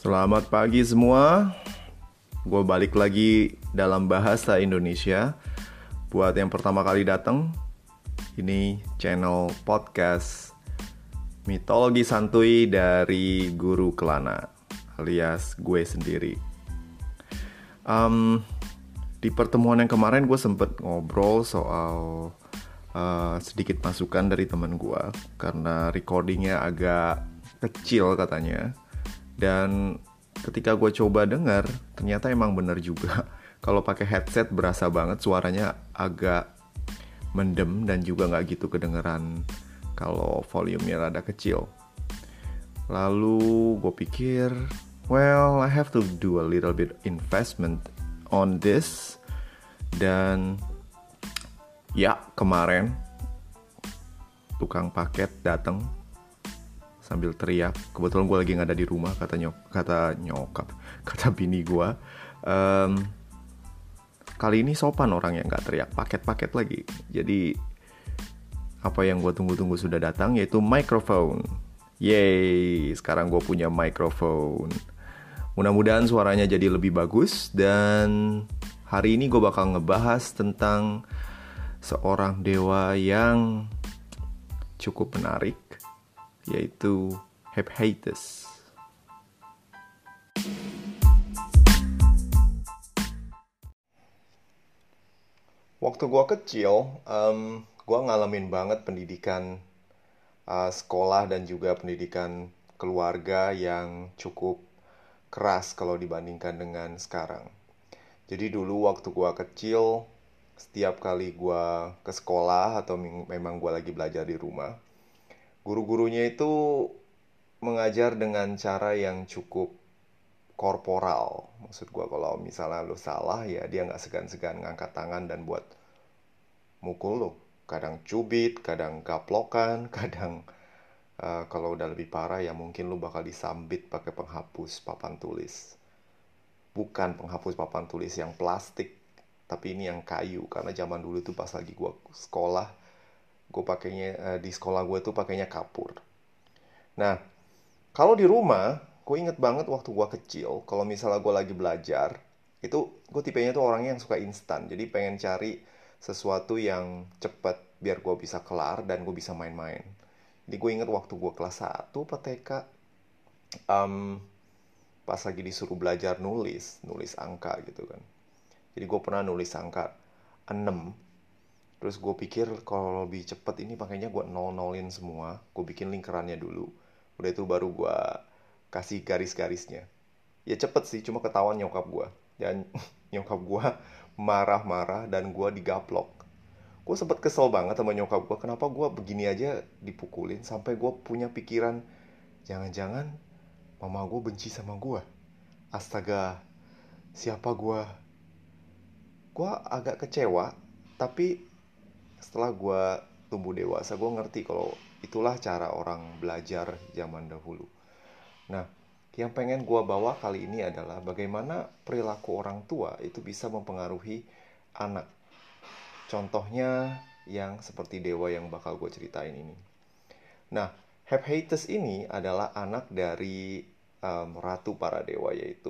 Selamat pagi semua. Gue balik lagi dalam bahasa Indonesia. Buat yang pertama kali datang, ini channel podcast Mitologi Santuy dari Guru Kelana, alias gue sendiri. Di pertemuan yang kemarin gue sempet ngobrol soal sedikit masukan dari teman gue, karena recordingnya agak kecil katanya. Dan ketika gue coba dengar, ternyata emang bener juga. Kalau pakai headset berasa banget suaranya agak mendem dan juga nggak gitu kedengeran kalau volumenya rada kecil. Lalu gue pikir, well, I have to do a little bit investment on this. Dan ya, kemarin tukang paket datang sambil teriak. Kebetulan gue lagi nggak ada di rumah, kata bini gue. Kali ini sopan orang yang nggak teriak paket-paket lagi. Jadi apa yang gue tunggu-tunggu sudah datang, yaitu microphone. Yeay, sekarang gue punya microphone. Mudah-mudahan suaranya jadi lebih bagus. Dan hari ini gue bakal ngebahas tentang seorang dewa yang cukup menarik, yaitu Hephaestus. Waktu gue kecil, gue ngalamin banget pendidikan sekolah dan juga pendidikan keluarga yang cukup keras kalau dibandingkan dengan sekarang. Jadi dulu waktu gue kecil, setiap kali gue ke sekolah atau memang gue lagi belajar di rumah, guru-gurunya itu mengajar dengan cara yang cukup korporal. Maksud gue, kalau misalnya lo salah, ya dia gak segan-segan ngangkat tangan dan buat mukul lo. Kadang cubit, kadang gaplokan, kadang kalau udah lebih parah ya mungkin lo bakal disambit pakai penghapus papan tulis. Bukan penghapus papan tulis yang plastik, tapi ini yang kayu. Karena zaman dulu tuh pas lagi gue sekolah, gue pakainya di sekolah gue tuh pakainya kapur. Nah, kalau di rumah, gue inget banget waktu gue kecil, kalau misalnya gue lagi belajar, itu gue tipenya tuh orangnya yang suka instan. Jadi pengen cari sesuatu yang cepet biar gue bisa kelar dan gue bisa main-main. Jadi gue inget waktu gue kelas 1 TK, pas lagi disuruh belajar nulis angka gitu kan. Jadi gue pernah nulis angka 6. Terus gue pikir kalau lebih cepet ini pakainya gue nol-nolin semua. Gue bikin lingkarannya dulu. Udah itu baru gue kasih garis-garisnya. Ya cepet sih, cuma ketahuan nyokap gue. Dan nyokap gue marah-marah dan gue digaplok. Gue sempet kesel banget sama nyokap gue. Kenapa gue begini aja dipukulin. Sampai gue punya pikiran, jangan-jangan mama gue benci sama gue. Astaga, siapa gue? Gue agak kecewa. Tapi setelah gue tumbuh dewasa, gue ngerti kalau itulah cara orang belajar zaman dahulu. Nah, yang pengen gue bawa kali ini adalah bagaimana perilaku orang tua itu bisa mempengaruhi anak. Contohnya yang seperti dewa yang bakal gue ceritain ini. Nah, Hephaestus ini adalah anak dari ratu para dewa, yaitu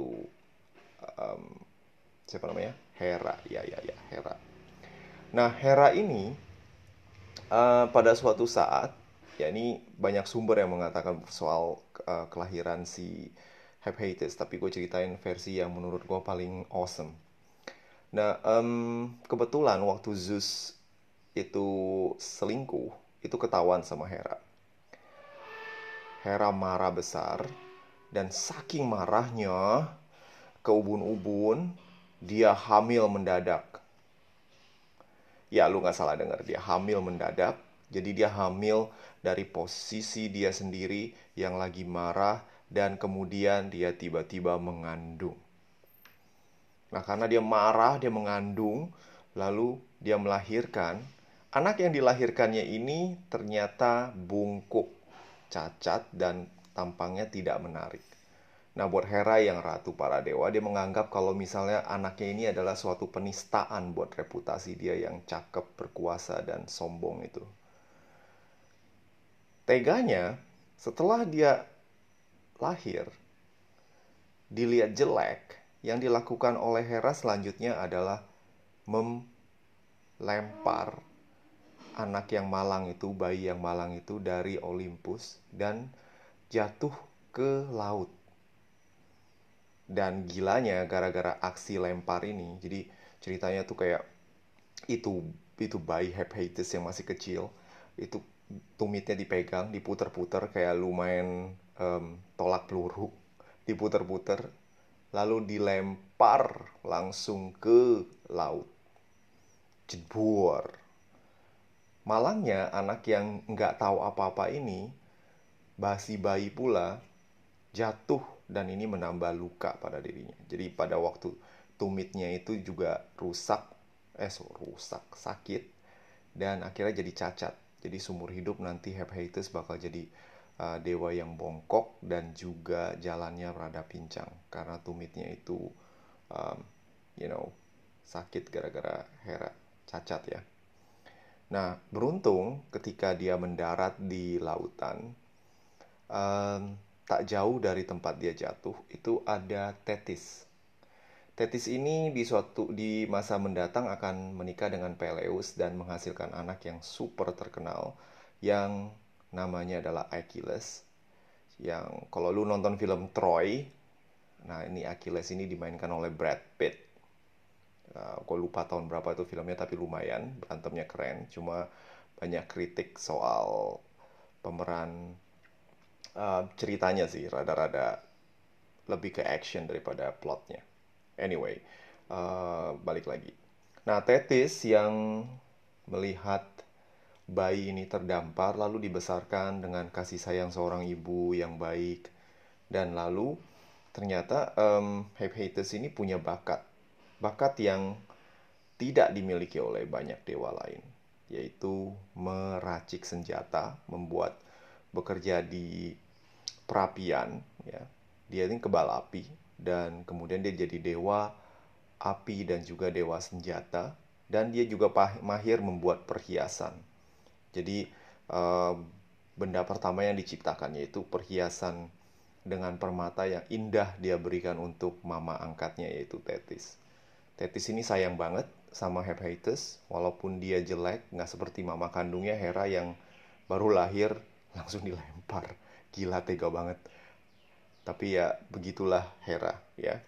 siapa namanya? Hera. Ya, Hera. Nah, Hera ini pada suatu saat, ya ini banyak sumber yang mengatakan soal kelahiran si Hephaestus, tapi gue ceritain versi yang menurut gue paling awesome. Nah, kebetulan waktu Zeus itu selingkuh, itu ketahuan sama Hera. Hera marah besar, dan saking marahnya, keubun-ubun, dia hamil mendadak. Ya, lu gak salah dengar, dia hamil mendadak. Jadi dia hamil dari posisi dia sendiri yang lagi marah, dan kemudian dia tiba-tiba mengandung. Nah, karena dia marah, dia mengandung, lalu dia melahirkan. Anak yang dilahirkannya ini ternyata bungkuk, cacat, dan tampangnya tidak menarik. Nah, buat Hera yang ratu para dewa, dia menganggap kalau misalnya anaknya ini adalah suatu penistaan buat reputasi dia yang cakep, berkuasa, dan sombong itu. Teganya, setelah dia lahir, dilihat jelek, yang dilakukan oleh Hera selanjutnya adalah melempar anak yang malang itu, bayi yang malang itu dari Olympus dan jatuh ke laut. Dan gilanya gara-gara aksi lempar ini, jadi ceritanya tuh kayak itu itu bayi Hephaestus yang masih kecil, itu tumitnya dipegang, diputer-puter kayak lumayan tolak peluru, diputer-puter, lalu dilempar langsung ke laut. Jebur. Malangnya anak yang nggak tahu apa-apa ini, basi bayi pula, jatuh dan ini menambah luka pada dirinya. Jadi pada waktu tumitnya itu juga rusak, sakit, dan akhirnya jadi cacat. Jadi seumur hidup nanti Hephaestus bakal jadi dewa yang bongkok dan juga jalannya rada pincang karena tumitnya itu um, you know sakit gara-gara Hera, cacat ya. Nah, beruntung ketika dia mendarat di lautan, um, tak jauh dari tempat dia jatuh itu ada Thetis. Thetis ini di masa mendatang akan menikah dengan Peleus dan menghasilkan anak yang super terkenal yang namanya adalah Achilles. Yang kalau lu nonton film Troy, nah ini Achilles ini dimainkan oleh Brad Pitt. Gue lupa tahun berapa itu filmnya tapi lumayan, berantemnya keren. Cuma banyak kritik soal pemeran, ceritanya sih rada-rada lebih ke action daripada plotnya. Anyway, balik lagi. Nah, Thetis yang melihat bayi ini terdampar lalu dibesarkan dengan kasih sayang seorang ibu yang baik, dan lalu ternyata Hephaestus ini punya bakat yang tidak dimiliki oleh banyak dewa lain, yaitu meracik senjata, membuat bekerja di perapian, ya. Dia ini kebal api dan kemudian dia jadi dewa api dan juga dewa senjata, dan dia juga mahir membuat perhiasan. Jadi eh, benda pertama yang diciptakan yaitu perhiasan dengan permata yang indah dia berikan untuk mama angkatnya yaitu Thetis. Thetis ini sayang banget sama Hephaestus, walaupun dia jelek, nggak seperti mama kandungnya Hera yang baru lahir langsung dilempar. Gila, tega banget. Tapi ya begitulah Hera ya.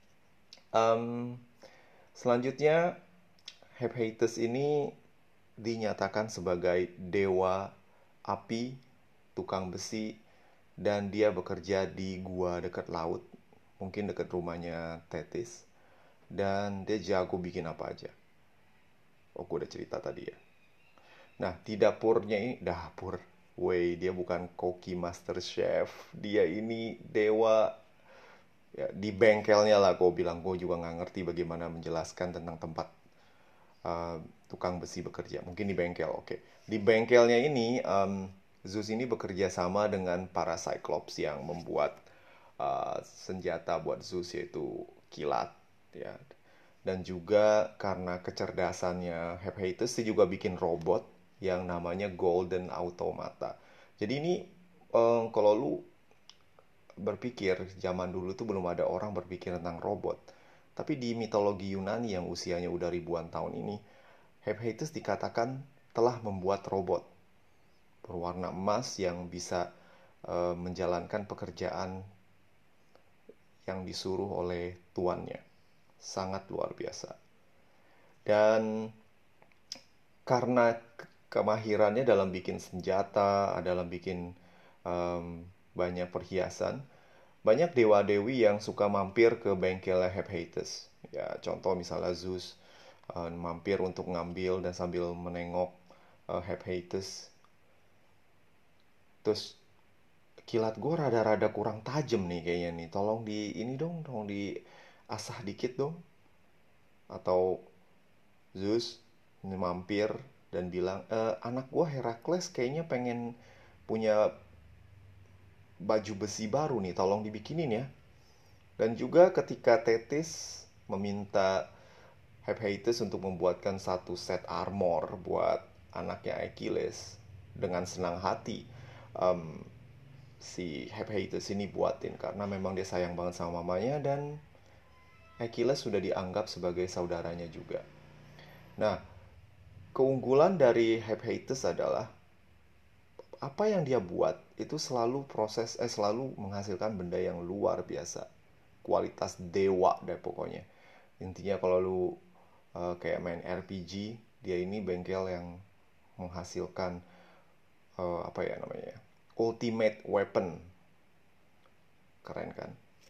Um, Selanjutnya Hephaestus ini dinyatakan sebagai dewa api, tukang besi, dan dia bekerja di gua dekat laut, mungkin dekat rumahnya Thetis. Dan dia jago bikin apa aja. Oh, gue udah cerita tadi ya. Nah, di dapurnya ini, dapur. Wey, dia bukan koki master chef. Dia ini dewa ya, di bengkelnya lah. Gue bilang, gue juga nggak ngerti bagaimana menjelaskan tentang tempat uh, tukang besi bekerja. Mungkin di bengkel, oke. Di bengkelnya ini, Zeus ini bekerja sama dengan para Cyclops yang membuat senjata buat Zeus yaitu kilat, ya. Dan juga karena kecerdasannya Hephaestus, dia juga bikin robot yang namanya Golden Automata. Jadi ini kalau lu berpikir zaman dulu tuh belum ada orang berpikir tentang robot. Tapi di mitologi Yunani yang usianya udah ribuan tahun ini, Hephaestus dikatakan telah membuat robot berwarna emas yang bisa menjalankan pekerjaan yang disuruh oleh tuannya. Sangat luar biasa. Dan karena kemahirannya dalam bikin senjata, dalam bikin banyak perhiasan, banyak dewa-dewi yang suka mampir ke bengkelnya Hephaestus. Ya, contoh misalnya Zeus mampir untuk ngambil dan sambil menengok Hephaestus. Terus kilat gue rada-rada kurang tajam nih kayaknya nih. Tolong di ini dong, tolong di asah dikit dong. Atau Zeus mampir dan bilang, anak gue Herakles kayaknya pengen punya baju besi baru nih, tolong dibikinin ya. Dan juga ketika Thetis meminta Hephaestus untuk membuatkan satu set armor buat anaknya Achilles dengan senang hati, um, si Hephaestus ini buatin, karena memang dia sayang banget sama mamanya dan Achilles sudah dianggap sebagai saudaranya juga. Nah, keunggulan dari Hephaestus adalah apa yang dia buat itu selalu menghasilkan benda yang luar biasa, kualitas dewa deh pokoknya. Intinya kalau lu kayak main RPG, dia ini bengkel yang menghasilkan apa ya namanya, ultimate weapon. Keren kan?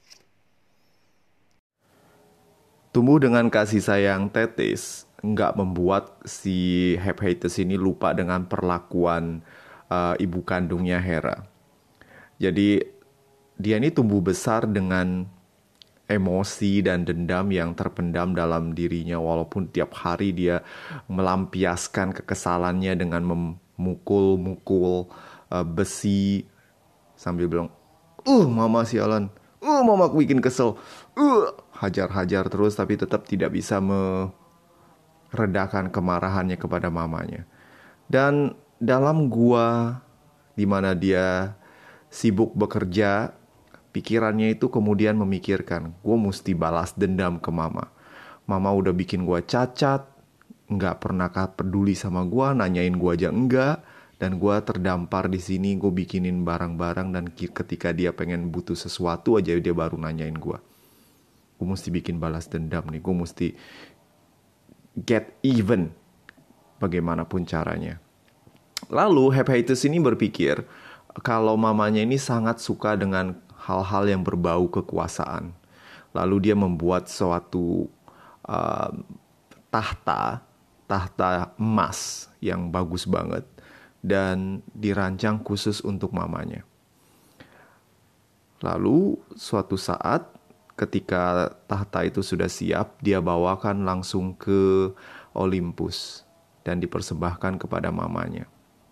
Tumbuh dengan kasih sayang Thetis nggak membuat si Hephaestus ini lupa dengan perlakuan ibu kandungnya Hera. Jadi dia ini tumbuh besar dengan emosi dan dendam yang terpendam dalam dirinya, walaupun tiap hari dia melampiaskan kekesalannya dengan memukul-mukul besi sambil bilang, mama sialan, mama bikin kesel, hajar-hajar terus, tapi tetap tidak bisa meredakan kemarahannya kepada mamanya. Dan dalam gua di mana dia sibuk bekerja, pikirannya itu kemudian memikirkan, gue mesti balas dendam ke mama. Mama udah bikin gue cacat, nggak pernah peduli sama gue, nanyain gue aja enggak, dan gue terdampar di sini, gue bikinin barang-barang, dan ketika dia pengen butuh sesuatu aja dia baru nanyain gue. Gue mesti bikin balas dendam nih, gue mesti get even bagaimanapun caranya. Lalu Hephaestus ini berpikir kalau mamanya ini sangat suka dengan hal-hal yang berbau kekuasaan. Lalu dia membuat suatu tahta emas yang bagus banget dan dirancang khusus untuk mamanya. Lalu suatu saat ketika tahta itu sudah siap, dia bawakan langsung ke Olympus dan dipersembahkan kepada mamanya.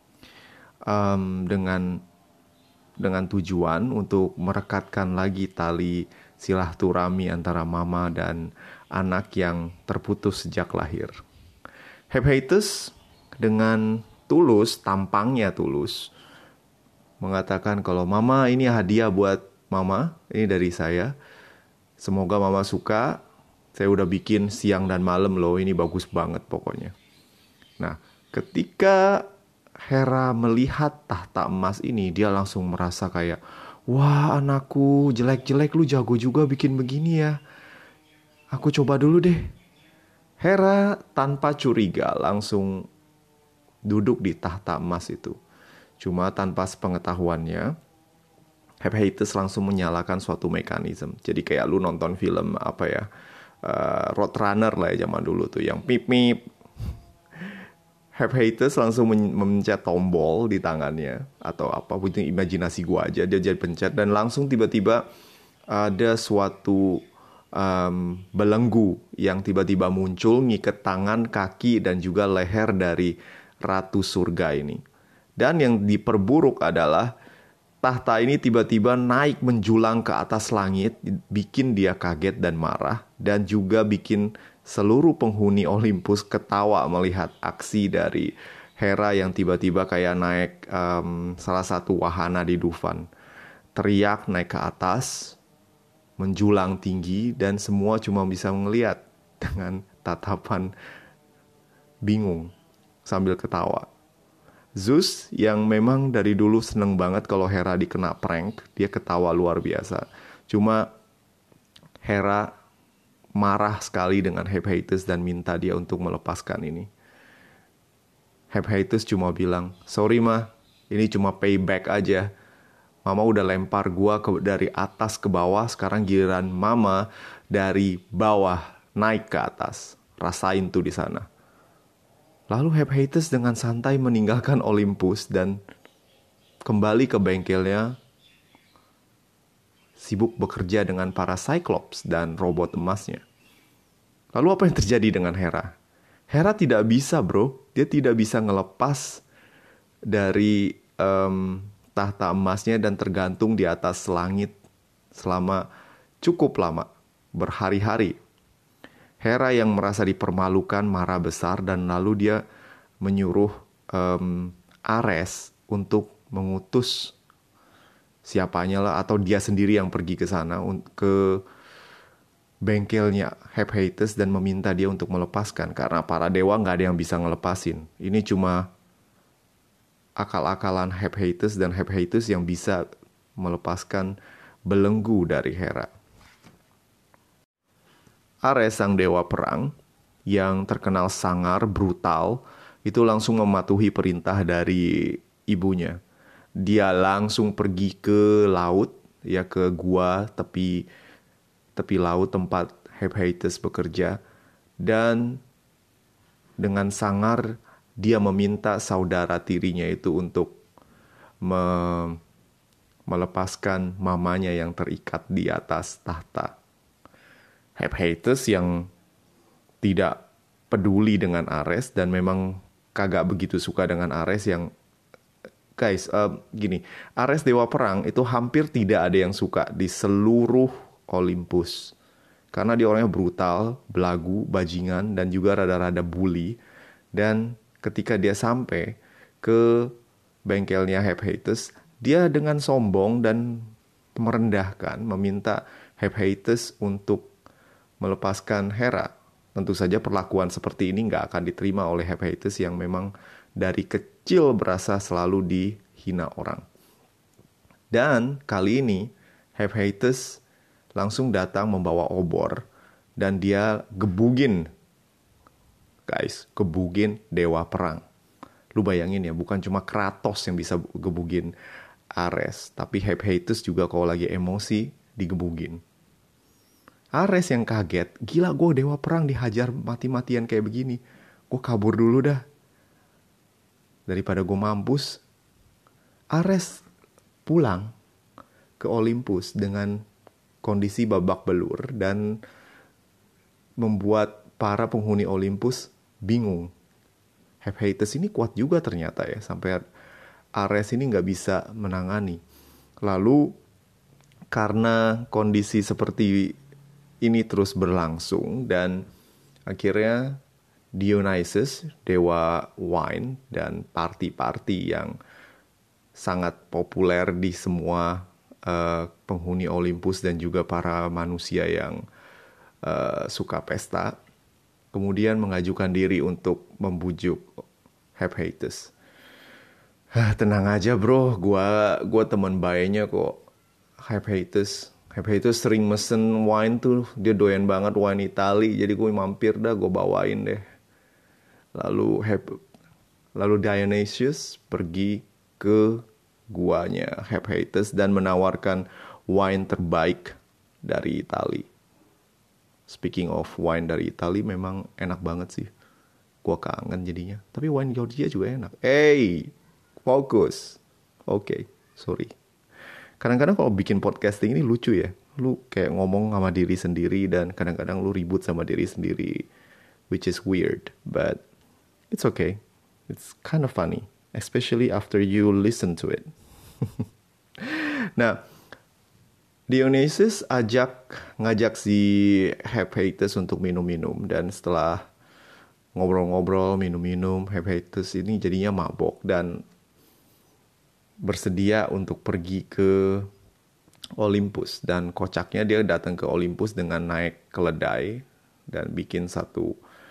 Dengan tujuan untuk merekatkan lagi tali silaturahmi antara mama dan anak yang terputus sejak lahir. Hephaestus dengan tulus, tampangnya tulus, mengatakan kalau mama ini hadiah buat mama, ini dari saya. Semoga mama suka, saya udah bikin siang dan malam loh, ini bagus banget pokoknya. Nah, ketika Hera melihat tahta emas ini, dia langsung merasa kayak, wah anakku jelek-jelek lu jago juga bikin begini ya. Aku coba dulu deh. Hera tanpa curiga langsung duduk di tahta emas itu. Cuma tanpa sepengetahuannya, Hephaestus langsung menyalakan suatu mekanisme. Jadi kayak lu nonton film Roadrunner lah ya zaman dulu tuh, yang pip-pip. Hephaestus langsung memencet tombol di tangannya atau apa pun, imajinasi gua aja, dia jadi pencet dan langsung tiba-tiba ada suatu belenggu yang tiba-tiba muncul ngikat tangan, kaki dan juga leher dari Ratu Surga ini. Dan yang diperburuk adalah tahta ini tiba-tiba naik menjulang ke atas langit, bikin dia kaget dan marah, dan juga bikin seluruh penghuni Olympus ketawa melihat aksi dari Hera yang tiba-tiba kayak naik salah satu wahana di Dufan. Teriak naik ke atas, menjulang tinggi, dan semua cuma bisa melihat dengan tatapan bingung sambil ketawa. Zeus yang memang dari dulu seneng banget kalau Hera dikena prank, dia ketawa luar biasa. Cuma Hera marah sekali dengan Hephaestus dan minta dia untuk melepaskan ini. Hephaestus cuma bilang, sorry mah, ini cuma payback aja. Mama udah lempar gua dari atas ke bawah, sekarang giliran mama dari bawah naik ke atas. Rasain tuh di sana. Lalu Hephaestus dengan santai meninggalkan Olympus dan kembali ke bengkelnya, sibuk bekerja dengan para Cyclops dan robot emasnya. Lalu apa yang terjadi dengan Hera? Hera tidak bisa bro, dia tidak bisa ngelepas dari tahta emasnya dan tergantung di atas langit selama cukup lama, berhari-hari. Hera yang merasa dipermalukan marah besar dan lalu dia menyuruh Ares untuk mengutus siapanya lah, atau dia sendiri yang pergi ke sana, ke bengkelnya Hephaestus dan meminta dia untuk melepaskan, karena para dewa nggak ada yang bisa ngelepasin. Ini cuma akal-akalan Hephaestus dan Hephaestus yang bisa melepaskan belenggu dari Hera. Ares, sang dewa perang yang terkenal sangar, brutal, itu langsung mematuhi perintah dari ibunya. Dia langsung pergi ke laut, ya ke gua tepi laut tempat Hephaestus bekerja, dan dengan sangar dia meminta saudara tirinya itu untuk melepaskan mamanya yang terikat di atas tahta. Hephaestus yang tidak peduli dengan Ares dan memang kagak begitu suka dengan Ares yang gini, Ares dewa perang itu hampir tidak ada yang suka di seluruh Olympus. Karena dia orangnya brutal, belagu, bajingan, dan juga rada-rada bully. Dan ketika dia sampai ke bengkelnya Hephaestus, dia dengan sombong dan merendahkan meminta Hephaestus untuk melepaskan Hera. Tentu saja perlakuan seperti ini nggak akan diterima oleh Hephaestus yang memang dari kecil berasa selalu dihina orang. Dan kali ini Hephaestus langsung datang membawa obor dan dia gebugin dewa perang. Lu bayangin ya, bukan cuma Kratos yang bisa gebugin Ares, tapi Hephaestus juga kalau lagi emosi digebugin. Ares yang kaget, gila gue dewa perang dihajar mati-matian kayak begini. Gue kabur dulu dah. Daripada gue mampus. Ares pulang ke Olympus dengan kondisi babak belur dan membuat para penghuni Olympus bingung. Hephaestus ini kuat juga ternyata ya, sampai Ares ini nggak bisa menangani. Lalu karena kondisi seperti ini terus berlangsung dan akhirnya Dionysus, dewa wine dan party-party yang sangat populer di semua penghuni Olympus dan juga para manusia yang suka pesta, kemudian mengajukan diri untuk membujuk Hephaestus. Tenang aja bro, gua teman baiknya kok. Hephaestus sering mesen wine tuh, dia doyan banget wine Itali, jadi gue mampir dah, gue bawain deh. Lalu Dionysius pergi ke guanya Hephaestus dan menawarkan wine terbaik dari Itali. Speaking of wine dari Itali, memang enak banget sih. Gue kangen jadinya. Tapi wine Georgia juga enak. Fokus. Oke, sorry. Kadang-kadang kalau bikin podcasting ini lucu ya. Lu kayak ngomong sama diri sendiri dan kadang-kadang lu ribut sama diri sendiri. Which is weird, but it's okay. It's kind of funny. Especially after you listen to it. Nah, Dionysus ngajak si Hephaestus untuk minum-minum. Dan setelah ngobrol-ngobrol, minum-minum, Hephaestus ini jadinya mabok dan bersedia untuk pergi ke Olympus. Dan kocaknya dia datang ke Olympus dengan naik keledai dan bikin satu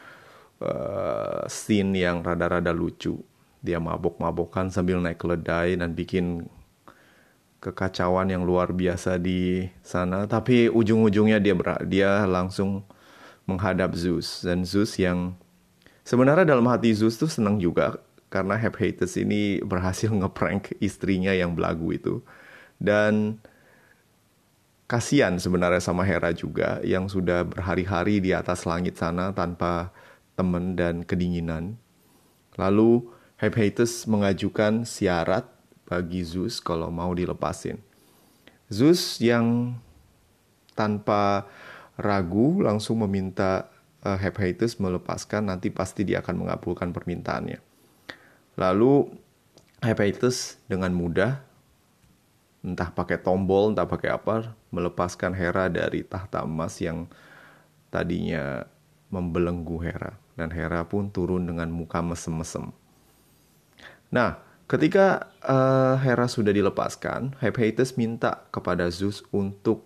scene yang rada-rada lucu. Dia mabok-mabokan sambil naik keledai dan bikin kekacauan yang luar biasa di sana. Tapi ujung-ujungnya dia langsung menghadap Zeus. Dan Zeus yang sebenarnya dalam hati Zeus tuh senang juga karena Hephaestus ini berhasil ngeprank istrinya yang belagu itu. Dan kasihan sebenarnya sama Hera juga yang sudah berhari-hari di atas langit sana tanpa teman dan kedinginan. Lalu Hephaestus mengajukan syarat bagi Zeus kalau mau dilepasin. Zeus yang tanpa ragu langsung meminta Hephaestus melepaskan, nanti pasti dia akan mengabulkan permintaannya. Lalu Hephaestus dengan mudah, entah pakai tombol, entah pakai apa, melepaskan Hera dari tahta emas yang tadinya membelenggu Hera. Dan Hera pun turun dengan muka mesem-mesem. Nah, Ketika Hera sudah dilepaskan, Hephaestus minta kepada Zeus untuk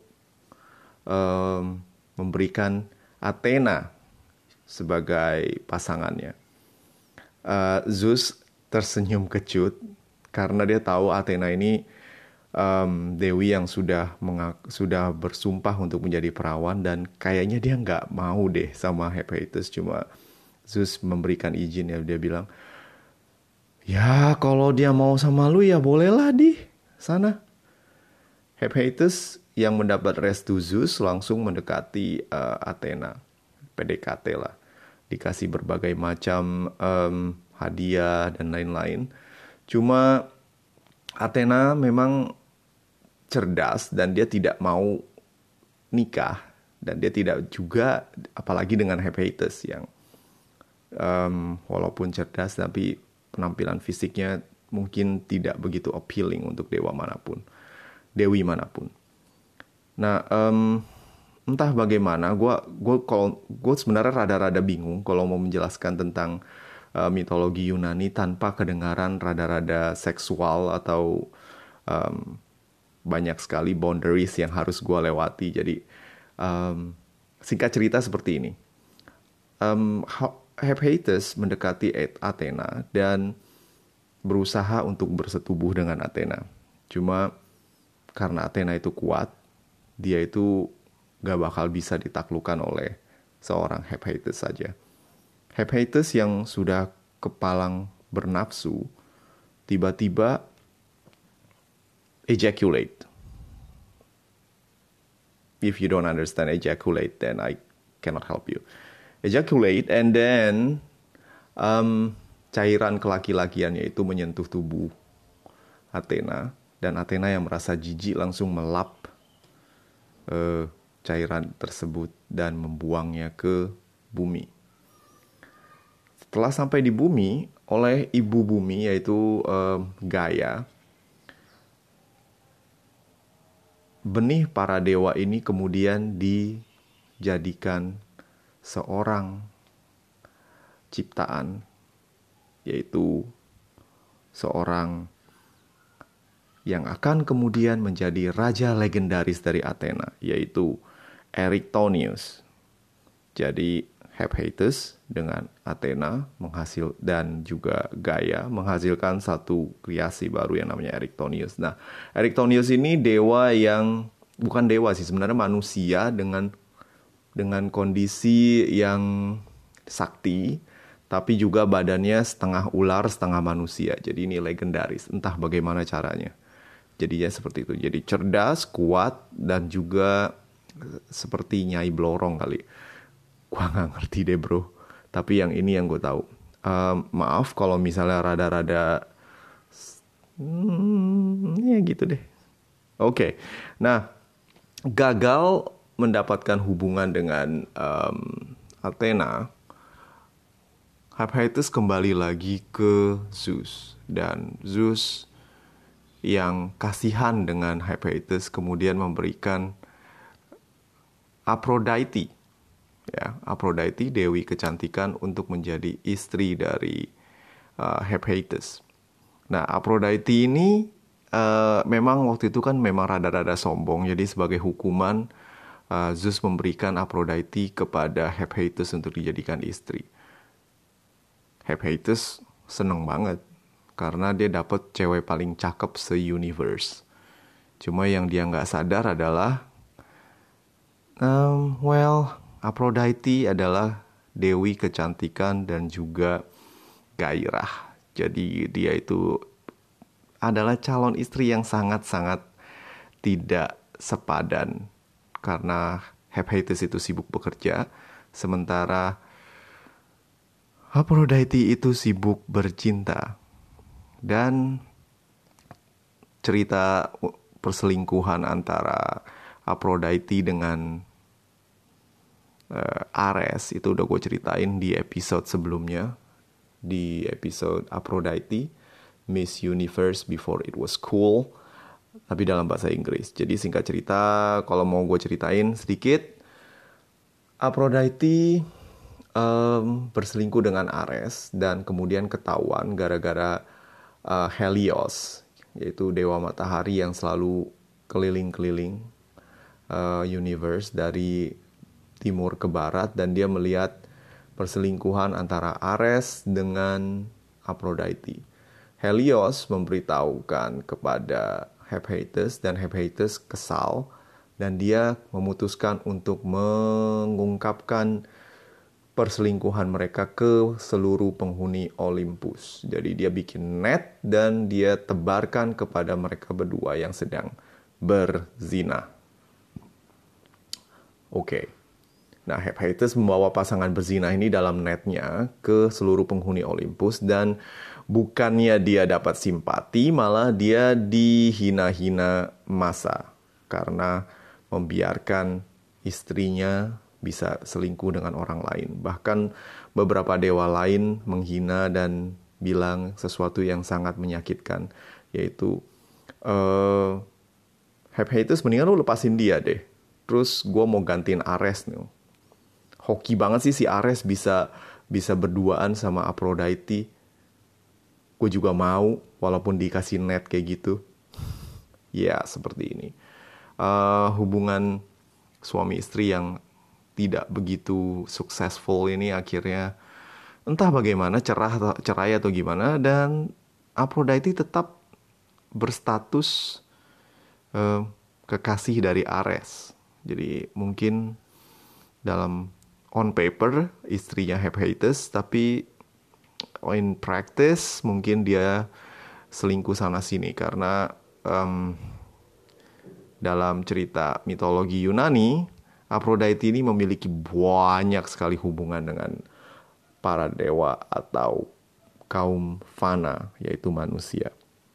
memberikan Athena sebagai pasangannya. Zeus tersenyum kecut karena dia tahu Athena ini dewi yang sudah bersumpah untuk menjadi perawan, dan kayaknya dia nggak mau deh sama Hephaestus. Cuma Zeus memberikan izin, ya dia bilang, ya kalau dia mau sama lu ya bolehlah di sana. Hephaestus yang mendapat restu Zeus langsung mendekati Athena, PDKT lah, dikasih berbagai macam hadiah dan lain-lain. Cuma Athena memang cerdas dan dia tidak mau nikah, dan dia tidak juga, apalagi dengan Hephaestus yang walaupun cerdas tapi penampilan fisiknya mungkin tidak begitu appealing untuk dewi manapun. Nah, entah bagaimana, gue sebenarnya rada-rada bingung kalau mau menjelaskan tentang mitologi Yunani tanpa kedengaran rada-rada seksual atau banyak sekali boundaries yang harus gue lewati. Jadi singkat cerita seperti ini. Hephaestus mendekati Athena dan berusaha untuk bersetubuh dengan Athena. Cuma karena Athena itu kuat, dia itu gak bakal bisa ditaklukkan oleh seorang Hephaestus saja. Hephaestus yang sudah kepalang bernafsu tiba-tiba ejaculate. If you don't understand ejaculate, then I cannot help you. Ejaculate, and then cairan kelaki-lakiannya itu menyentuh tubuh Athena, dan Athena yang merasa jijik langsung melap cairan tersebut dan membuangnya ke bumi. Setelah sampai di bumi, oleh ibu bumi yaitu Gaia, benih para dewa ini kemudian dijadikan seorang ciptaan, yaitu seorang yang akan kemudian menjadi raja legendaris dari Athena, yaitu Erichthonius. Jadi Hephaestus dengan Athena dan juga Gaia menghasilkan satu kreasi baru yang namanya Erichthonius. Nah, Erichthonius ini dewa yang bukan dewa sih, sebenarnya manusia dengan kondisi yang sakti, tapi juga badannya setengah ular, setengah manusia. Jadi ini legendaris, entah bagaimana caranya. Jadinya seperti itu. Jadi cerdas, kuat, dan juga seperti Nyai Blorong kali. Gua nggak ngerti deh bro. Tapi yang ini yang gue tahu. Maaf kalau misalnya rada-rada ya gitu deh. Oke. Nah, gagal mendapatkan hubungan dengan Athena, Hephaestus kembali lagi ke Zeus, dan Zeus yang kasihan dengan Hephaestus kemudian memberikan Aphrodite, ya, Aphrodite dewi kecantikan untuk menjadi istri dari Hephaestus. Nah, Aphrodite ini memang waktu itu kan memang rada-rada sombong, jadi sebagai hukuman Zeus memberikan Aphrodite kepada Hephaestus untuk dijadikan istri. Hephaestus seneng banget karena dia dapat cewek paling cakep se-universe. Cuma yang dia nggak sadar adalah Aphrodite adalah dewi kecantikan dan juga gairah. Jadi dia itu adalah calon istri yang sangat-sangat tidak sepadan, karena Hephaestus itu sibuk bekerja, sementara Aphrodite itu sibuk bercinta. Dan cerita perselingkuhan antara Aphrodite dengan Ares itu udah gue ceritain di episode sebelumnya, di episode Aphrodite, Miss Universe Before It Was Cool, tapi dalam bahasa Inggris. Jadi singkat cerita, kalau mau gue ceritain sedikit, Aphrodite berselingkuh dengan Ares dan kemudian ketahuan gara-gara Helios, yaitu dewa matahari yang selalu keliling-keliling universe dari timur ke barat, dan dia melihat perselingkuhan antara Ares dengan Aphrodite. Helios memberitahukan kepada Hephaestus, dan Hephaestus kesal dan dia memutuskan untuk mengungkapkan perselingkuhan mereka ke seluruh penghuni Olympus. Jadi dia bikin net dan dia tebarkan kepada mereka berdua yang sedang berzina. Oke. Nah, Hephaestus membawa pasangan berzina ini dalam netnya ke seluruh penghuni Olympus, dan bukannya dia dapat simpati, malah dia dihina-hina massa karena membiarkan istrinya bisa selingkuh dengan orang lain. Bahkan beberapa dewa lain menghina dan bilang sesuatu yang sangat menyakitkan, yaitu Hephaestus, mendingan lu lepasin dia deh, terus gue mau gantiin Ares nih. Hoki banget sih si Ares bisa berduaan sama Aphrodite. Gue juga mau, walaupun dikasih net kayak gitu. Ya, seperti ini. Hubungan suami istri yang tidak begitu successful ini akhirnya entah bagaimana, cerai atau gimana, dan Aphrodite tetap berstatus kekasih dari Ares. Jadi mungkin dalam on paper istrinya Hephaestus, tapi in practice mungkin dia selingkuh sana sini, karena dalam cerita mitologi Yunani, Aphrodite ini memiliki banyak sekali hubungan dengan para dewa atau kaum fana, yaitu manusia.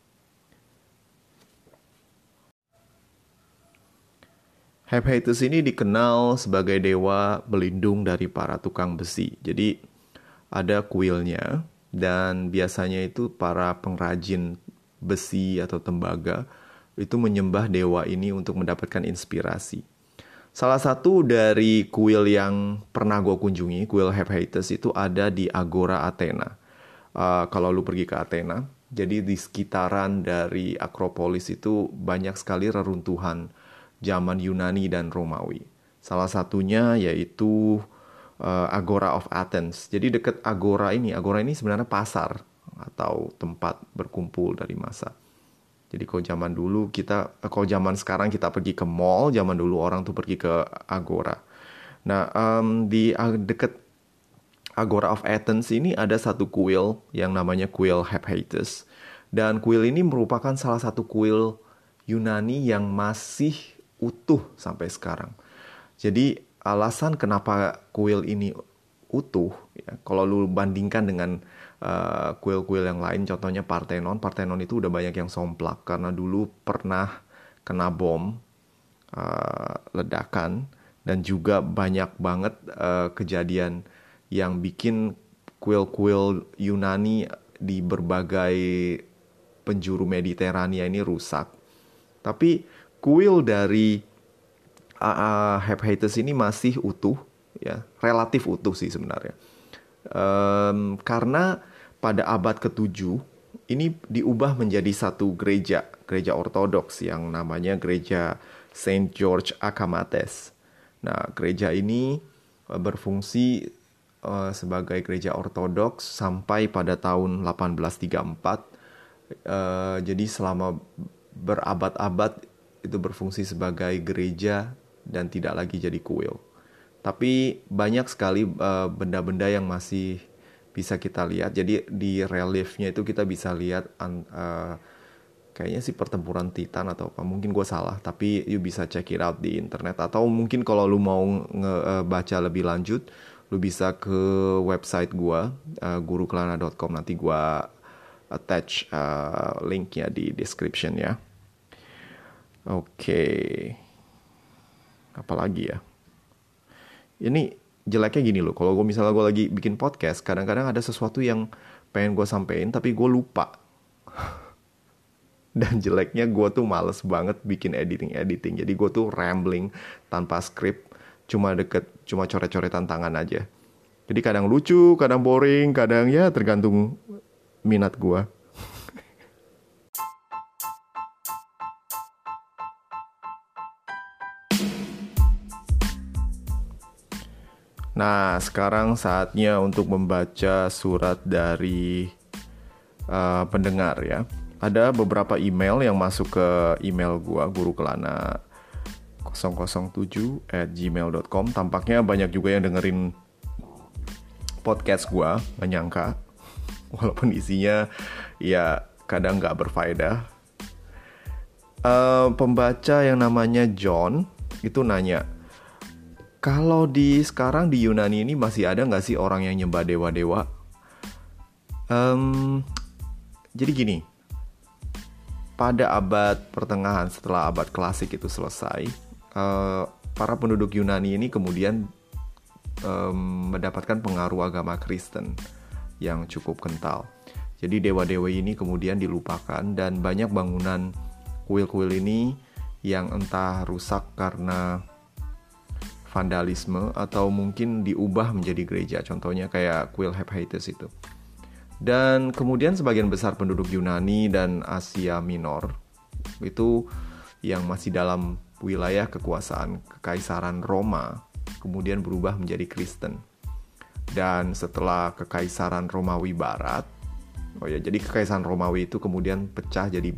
Hephaestus ini dikenal sebagai dewa pelindung dari para tukang besi. Jadi ada kuilnya, dan biasanya itu para pengrajin besi atau tembaga itu menyembah dewa ini untuk mendapatkan inspirasi. Salah satu dari kuil yang pernah gue kunjungi, kuil Hephaestus, itu ada di Agora Athena. Kalau lu pergi ke Athena, jadi di sekitaran dari Akropolis itu banyak sekali reruntuhan zaman Yunani dan Romawi. Salah satunya yaitu Agora of Athens. Jadi dekat Agora ini sebenarnya pasar atau tempat berkumpul dari massa. Jadi kalau zaman sekarang kita pergi ke mall, zaman dulu orang tuh pergi ke Agora. Nah, di dekat Agora of Athens ini ada satu kuil yang namanya kuil Hephaestus. Dan kuil ini merupakan salah satu kuil Yunani yang masih utuh sampai sekarang. Jadi alasan kenapa kuil ini utuh, ya, kalau lu bandingkan dengan kuil-kuil yang lain, contohnya Parthenon itu udah banyak yang somplak karena dulu pernah kena bom ledakan, dan juga banyak banget kejadian yang bikin kuil-kuil Yunani di berbagai penjuru Mediterania ini rusak. Tapi kuil dari Hephaestus ini masih utuh, ya, relatif utuh sih sebenarnya. Karena pada abad ke-7 ini diubah menjadi satu gereja ortodoks yang namanya gereja Saint George Akamates. Nah, gereja ini berfungsi sebagai gereja ortodoks sampai pada tahun 1834. Jadi selama berabad-abad itu berfungsi sebagai gereja dan tidak lagi jadi kuil. Tapi banyak sekali benda-benda yang masih bisa kita lihat. Jadi di reliefnya itu kita bisa lihat kayaknya sih pertempuran Titan atau apa. Mungkin gue salah, tapi you bisa check it out di internet. Atau mungkin kalau lu mau baca lebih lanjut, lu bisa ke website gue, gurukelana.com. Nanti gue attach linknya di description ya. Oke. Apalagi ya? Ini jeleknya gini loh, kalau misalnya gue lagi bikin podcast, kadang-kadang ada sesuatu yang pengen gue sampein tapi gue lupa. Dan jeleknya gue tuh males banget bikin editing. Jadi gue tuh rambling tanpa skrip, cuma coret-coretan tangan aja. Jadi kadang lucu, kadang boring, kadang ya tergantung minat gue. Nah, sekarang saatnya untuk membaca surat dari pendengar ya. Ada beberapa email yang masuk ke email gua, gurukelana007@gmail.com. Tampaknya banyak juga yang dengerin podcast gua, gak nyangka. Walaupun isinya ya kadang gak berfaedah. Pembaca yang namanya John itu nanya, kalau sekarang di Yunani ini masih ada nggak sih orang yang nyembah dewa-dewa? Jadi gini, pada abad pertengahan setelah abad klasik itu selesai, para penduduk Yunani ini kemudian mendapatkan pengaruh agama Kristen yang cukup kental. Jadi dewa-dewa ini kemudian dilupakan dan banyak bangunan kuil-kuil ini yang entah rusak karena vandalisme atau mungkin diubah menjadi gereja, contohnya kayak kuil Hephaestus itu. Dan kemudian sebagian besar penduduk Yunani dan Asia Minor itu yang masih dalam wilayah kekuasaan Kekaisaran Roma kemudian berubah menjadi Kristen. Dan setelah Kekaisaran Romawi Barat, jadi Kekaisaran Romawi itu kemudian pecah jadi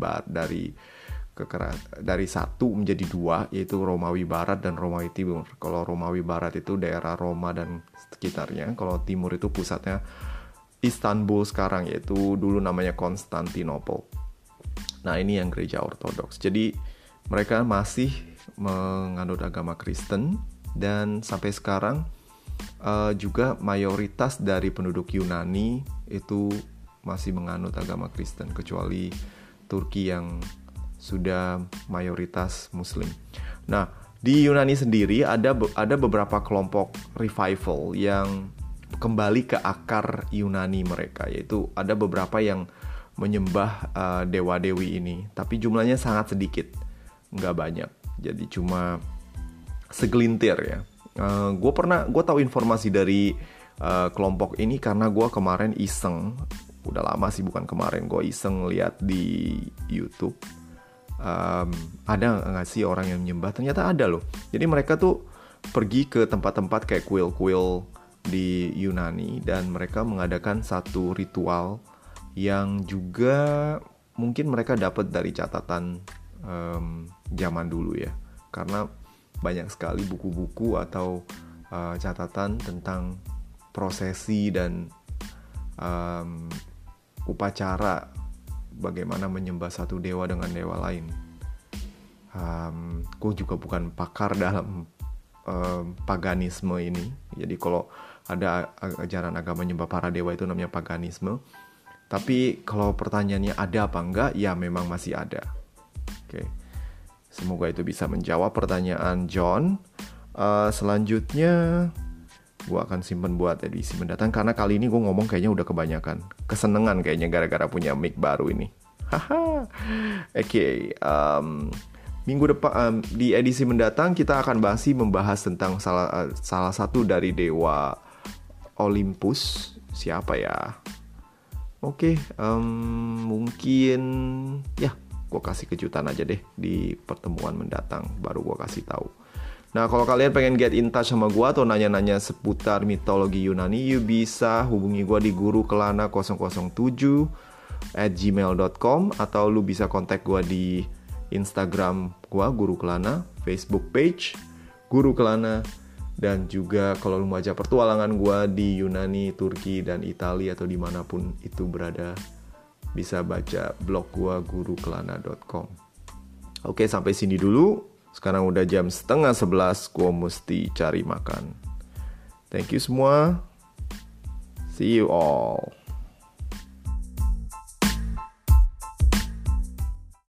dari satu menjadi dua, yaitu Romawi Barat dan Romawi Timur. Kalau Romawi Barat itu daerah Roma dan sekitarnya, kalau Timur itu pusatnya Istanbul sekarang, yaitu dulu namanya Konstantinopel. Nah, ini yang gereja ortodoks. Jadi mereka masih menganut agama Kristen dan sampai sekarang juga mayoritas dari penduduk Yunani itu masih menganut agama Kristen, kecuali Turki yang sudah mayoritas Muslim. Nah, di Yunani sendiri ada beberapa kelompok revival yang kembali ke akar Yunani mereka, yaitu ada beberapa yang menyembah dewa-dewi ini, tapi jumlahnya sangat sedikit, nggak banyak. Jadi cuma segelintir ya. Gue tahu informasi dari kelompok ini karena gue kemarin iseng, udah lama sih bukan kemarin, gue iseng lihat di YouTube. Ada nggak sih orang yang menyembah? Ternyata ada loh. Jadi mereka tuh pergi ke tempat-tempat kayak kuil-kuil di Yunani dan mereka mengadakan satu ritual yang juga mungkin mereka dapat dari catatan zaman dulu ya, karena banyak sekali buku-buku atau catatan tentang prosesi dan upacara bagaimana menyembah satu dewa dengan dewa lain. Gue juga bukan pakar dalam paganisme ini. Jadi kalau ada ajaran agama menyembah para dewa itu namanya paganisme. Tapi kalau pertanyaannya ada apa enggak, ya memang masih ada. Oke. Semoga itu bisa menjawab pertanyaan John. Selanjutnya gue akan simpen buat edisi mendatang karena kali ini gue ngomong kayaknya udah kebanyakan. Kesenengan kayaknya gara-gara punya mic baru ini. Haha. Oke. Minggu depan di edisi mendatang kita akan membahas tentang salah satu dari dewa Olympus. Siapa ya? Oke. Mungkin ya gue kasih kejutan aja deh di pertemuan mendatang, baru gue kasih tahu. Nah, kalau kalian pengen get in touch sama gue atau nanya-nanya seputar mitologi Yunani, you bisa hubungi gue di gurukelana007@gmail.com atau lu bisa kontak gue di Instagram gue, Guru Kelana, Facebook page Guru Kelana, dan juga kalau lu mau baca pertualangan gue di Yunani, Turki, dan Italia atau dimanapun itu berada, bisa baca blog gue gurukelana.com. Oke, sampai sini dulu. Sekarang udah jam 10:30, gue mesti cari makan. Thank you semua. See you all.